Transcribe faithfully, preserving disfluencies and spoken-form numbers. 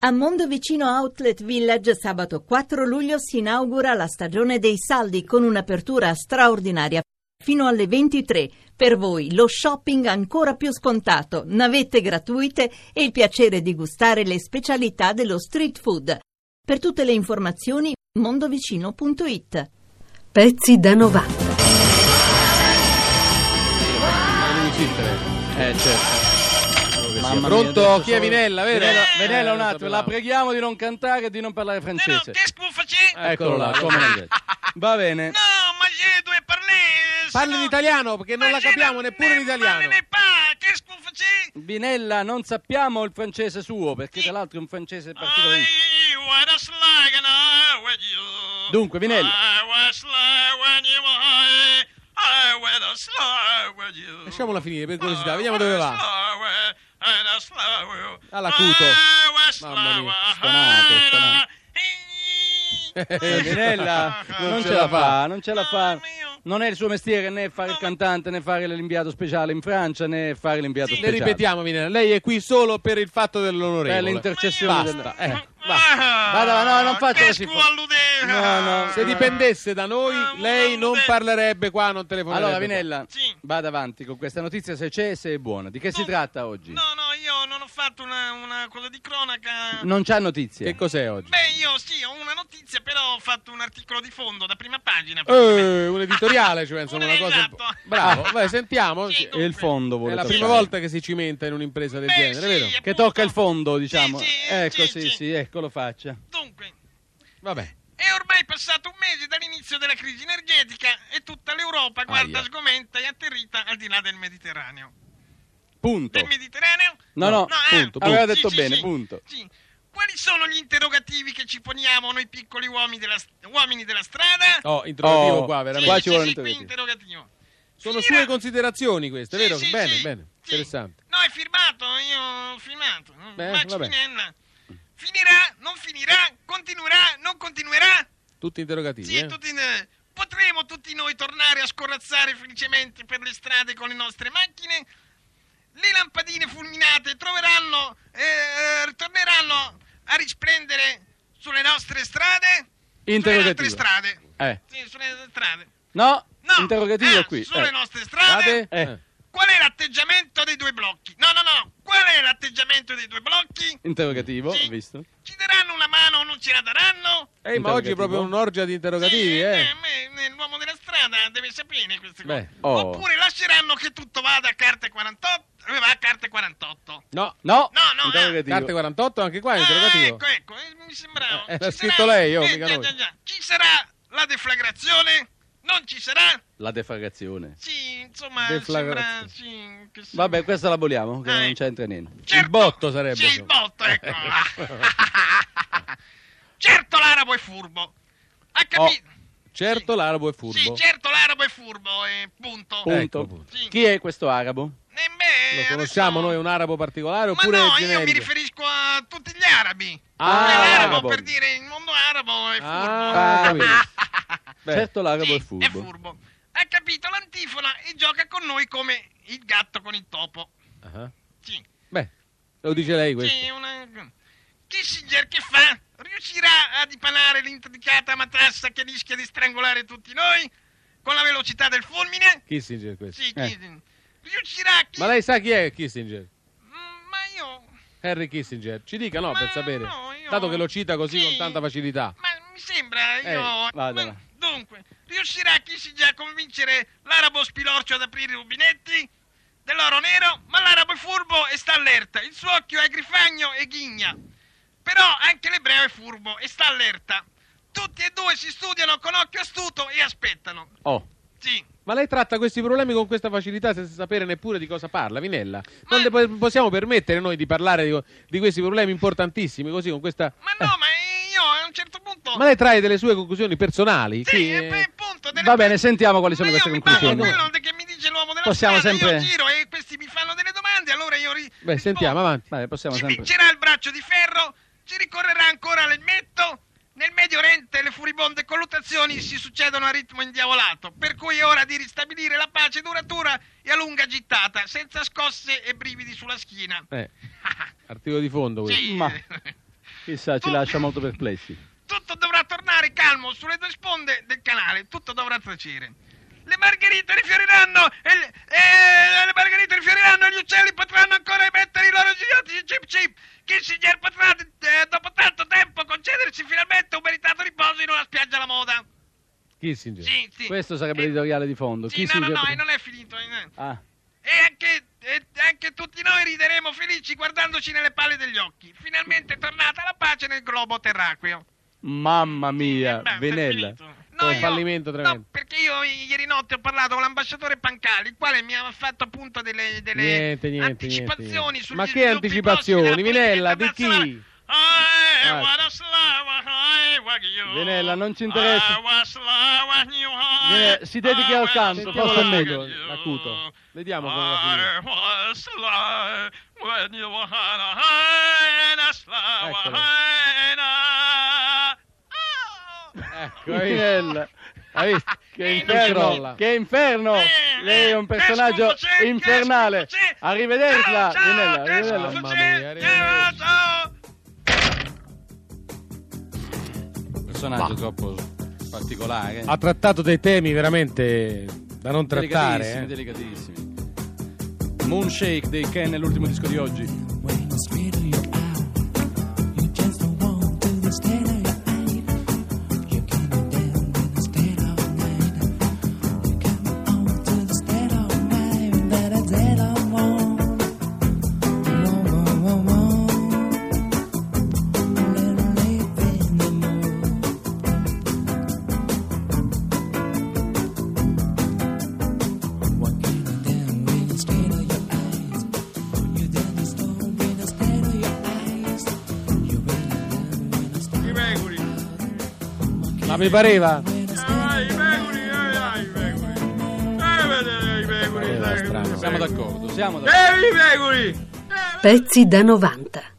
A Mondovicino Outlet Village sabato quattro luglio si inaugura la stagione dei saldi con un'apertura straordinaria fino alle ventitré. Per voi lo shopping ancora più scontato, navette gratuite e il piacere di gustare le specialità dello street food. Per tutte le informazioni mondovicino punto it. Pezzi da novanta. Eh certo. Mamma Pronto? mia, Chi è Vinella, vero? Venella, Eh, Venella, un lo attimo, la sapevamo. preghiamo di non cantare e di non parlare francese. No, qu'est-ce que vous facez? Eccolo là, come non detto. Va bene. No, ma je dois parler. Parli in sinon- italiano perché non Ma la je capiamo ne- neppure in ne italiano. parle pas. Qu'est-ce que vous facez? Vinella, non sappiamo il francese suo, perché tra l'altro è un francese particolarissimo. I was like an eye with you. Dunque, Vinella. I was like when you were- I was like with you. Lasciamola finire per curiosità, vediamo dove va. All'acuto. Mamma mia, stonato, stonato. Eh, Vinella, non ce la fa, non ce la fa. Non è il suo mestiere né fare il cantante, né fare l'inviato speciale in Francia, né fare l'inviato Le speciale. ripetiamo, Vinella, lei è qui solo per il fatto Per dell'onorevole. l'intercessione Basta, del... eh. Vada, no, non faccia così. No, no. Se dipendesse da noi, lei non parlerebbe qua, non telefonerebbe. Allora, qua. Vinella, Sì. vada avanti con questa notizia, se c'è e se è buona. Di che si No. tratta oggi? No, no, io non ho fatto una, una cosa di cronaca. Non c'ha notizie. Che cos'è oggi? Beh, io sì, ho una notizia, però ho fatto un articolo di fondo da prima pagina. Eh, un editoriale, cioè, insomma, una cosa... Esatto. Bravo, vai, sentiamo. Sì, E il fondo vuole È la toccare. prima volta che si cimenta in un'impresa del Beh, genere, sì, vero? appunto. Che tocca il fondo, diciamo. Sì, sì, ecco, sì, sì, sì. sì, ecco, lo faccia. Dunque, Vabbè. è ormai passato un mese dall'inizio della crisi energetica e tutta l'Europa guarda Aia. sgomenta e atterrita al di là del Mediterraneo. Punto. Del Mediterraneo? No, no, eh, punto. Aveva sì, detto sì, bene, sì. punto. Sì. Quali sono gli interrogativi che ci poniamo noi piccoli uomini della, uomini della strada? Oh, interrogativo Oh, qua, Sì, veramente. qua ci sì, vuole sì, un qui interrogativo. interrogativo. Sono Finirà- sue considerazioni queste, Sì, vero? sì, bene, sì, bene, sì. interessante. No, è firmato, io ho firmato. Beh, Max vabbè. Minella. Finirà, non finirà, continuerà, non continuerà? Tutti interrogativi, Sì, eh? tutti, eh, potremo tutti noi tornare a scorazzare felicemente per le strade con le nostre macchine? Le lampadine fulminate troveranno, eh, ritorneranno a risplendere sulle nostre strade? Interrogativo. Sulle nostre strade. Eh. Sì, sulle nostre strade. No, No, interrogativo ah, qui. sulle Eh. nostre strade? Strade? Eh. Qual è l'atteggiamento dei due blocchi? No, no, no. Qual è l'atteggiamento dei due blocchi? Interrogativo, Sì. ho visto. Ci daranno una mano o non ce la daranno? Ehi, ma oggi è proprio un'orgia di interrogativi, Sì, eh? me- l'uomo della strada deve sapere queste cose. Beh, oh. Oppure lasceranno che tutto vada a carte quarantotto? Eh, va a carte quarantotto. No, No, No, no, interrogativo. carte quarantotto anche qua, è Ah, interrogativo. ecco, ecco, eh, mi sembrava. Eh, Ci l'ha sarà- scritto lei, oh, eh, mica già, noi. già, già. Ci sarà la deflagrazione? Non ci sarà? La deflagrazione. Sì, insomma, Deflagrazione. sembra... Sì, che sì. Vabbè, questa l'aboliamo, che Ah, non ecco. c'entra niente. Certo. Il botto sarebbe. Sì, il botto, ecco. Certo l'arabo è furbo. Ha capito? Certo, Sì. l'arabo è furbo. Sì, certo l'arabo è furbo, e punto. Punto. Ecco, punto. Sì. Chi è questo arabo? Eh, beh, Lo conosciamo adesso- noi un arabo particolare Ma oppure no, io generico? mi riferisco a tutti gli arabi. Ah, Perché l'arabo, arabo. per dire il mondo arabo è furbo. Ah, capito. Beh. Certo l'arabo Sì, è furbo. è furbo. Ha capito l'antifona e gioca con noi come il gatto con il topo. Ah. Sì. Beh, lo dice lei questo. Sì, una... Kissinger che fa? Riuscirà a dipanare l'intricata matassa che rischia di strangolare tutti noi? Con la velocità del fulmine? Kissinger questo. Sì, Eh. Kissinger. Riuscirà chi... Ma lei sa chi è Kissinger? Mm, Ma io... Henry Kissinger. Ci dica, no, Ma per sapere. no, io- Dato che lo cita così Sì. con tanta facilità. Ma mi sembra, io... Eh, vada, Ma- va. Dunque, riuscirà Kissinger a convincere l'arabo spilorcio ad aprire i rubinetti dell'oro nero? Ma l'arabo è furbo e sta allerta. Il suo occhio è grifagno e ghigna. Però anche l'ebreo è furbo e sta allerta. Tutti e due si studiano con occhio astuto e aspettano. Oh, Sì. Ma lei tratta questi problemi con questa facilità senza sapere neppure di cosa parla, Vinella. Ma- Non le po- possiamo permettere noi di parlare di, di questi problemi importantissimi così con questa... Ma no, ma io a un certo punto... Ma lei trae delle sue conclusioni personali? Sì, Sì, e eh, poi appunto... delle- va bene, sentiamo quali sono Ma io queste mi parlo conclusioni. quello che mi dice l'uomo della Possiamo strada, sempre- io giro e questi mi fanno delle domande, allora io ri- Beh, rispondo. sentiamo, avanti. Vabbè, possiamo Ci sempre... vincerà il braccio di ferro? Ci ricorrerà ancora l'elmetto? Nel Medio Oriente le furibonde colluttazioni si succedono a ritmo indiavolato, per cui è ora di ristabilire la pace duratura e a lunga gittata, senza scosse e brividi sulla schiena. Eh, articolo di fondo questo. Sì. Ma- Chissà, ci Tutto- lascia molto perplessi. Tutto dovrà tornare calmo sulle due sponde del canale, tutto dovrà tacere. Le margherite rifioriranno e le, e le margherite rifioriranno e gli uccelli potranno ancora emettere i loro gigiotti chip chip. Kissinger potrà, eh, dopo tanto tempo, concedersi finalmente un meritato riposo in una spiaggia alla moda. Kissinger. Sì, sì. Questo sarebbe E- l'editoriale di fondo. Sì, no, no, Kissinger- no, e non è finito. eh. Ah, E anche, e anche tutti noi rideremo felici guardandoci nelle palle degli occhi. Finalmente è tornata la pace nel globo terracqueo. mamma mia, Eh, beh, è Venella. finito. Un io- fallimento tremendo. No, perché io ieri notte ho parlato con l'ambasciatore Pancali, il quale mi ha fatto appunto delle, delle Niente, niente, anticipazioni niente, niente. sugli Ma che sviluppi anticipazioni, prossimi della Vinella, politica di chi? internazionale. Ah, Ah. guarda Slava, ah, guarda io. Venella, non ci interessa. Ah, guarda Slava, io, ah, Venella, si dedichi ah, al guarda canto, Slava, forse è guarda meglio, io. l'acuto. Vediamo come va a finire. Ah, guarda Slava, guarda io, ah, ah, Slava, Eccolo. ah, ah. Ecco, hai visto? Venella, Hai visto? che Eh, inferno, crolla. che inferno. Eh, Lei è un eh, personaggio che schifo c'è, infernale. che schifo c'è. Arrivederla, Ciao, ciao, Venella, che arrivederla. schifo Mamma c'è. mia, arrivederci. Ciao, ciao. Personaggio troppo particolare. Ha trattato dei temi veramente da non trattare. Delicatissimi, Eh. delicatissimi. Moonshake dei Ken è l'ultimo disco di oggi. I Meguri. Ma mi pareva? Ah, i Meguri, eh, ah, i Meguri. Eh, vedete, i Meguri. Pareva eh, strano. i Siamo Meguri. d'accordo, siamo d'accordo. Eh, i Meguri. Pezzi da novanta.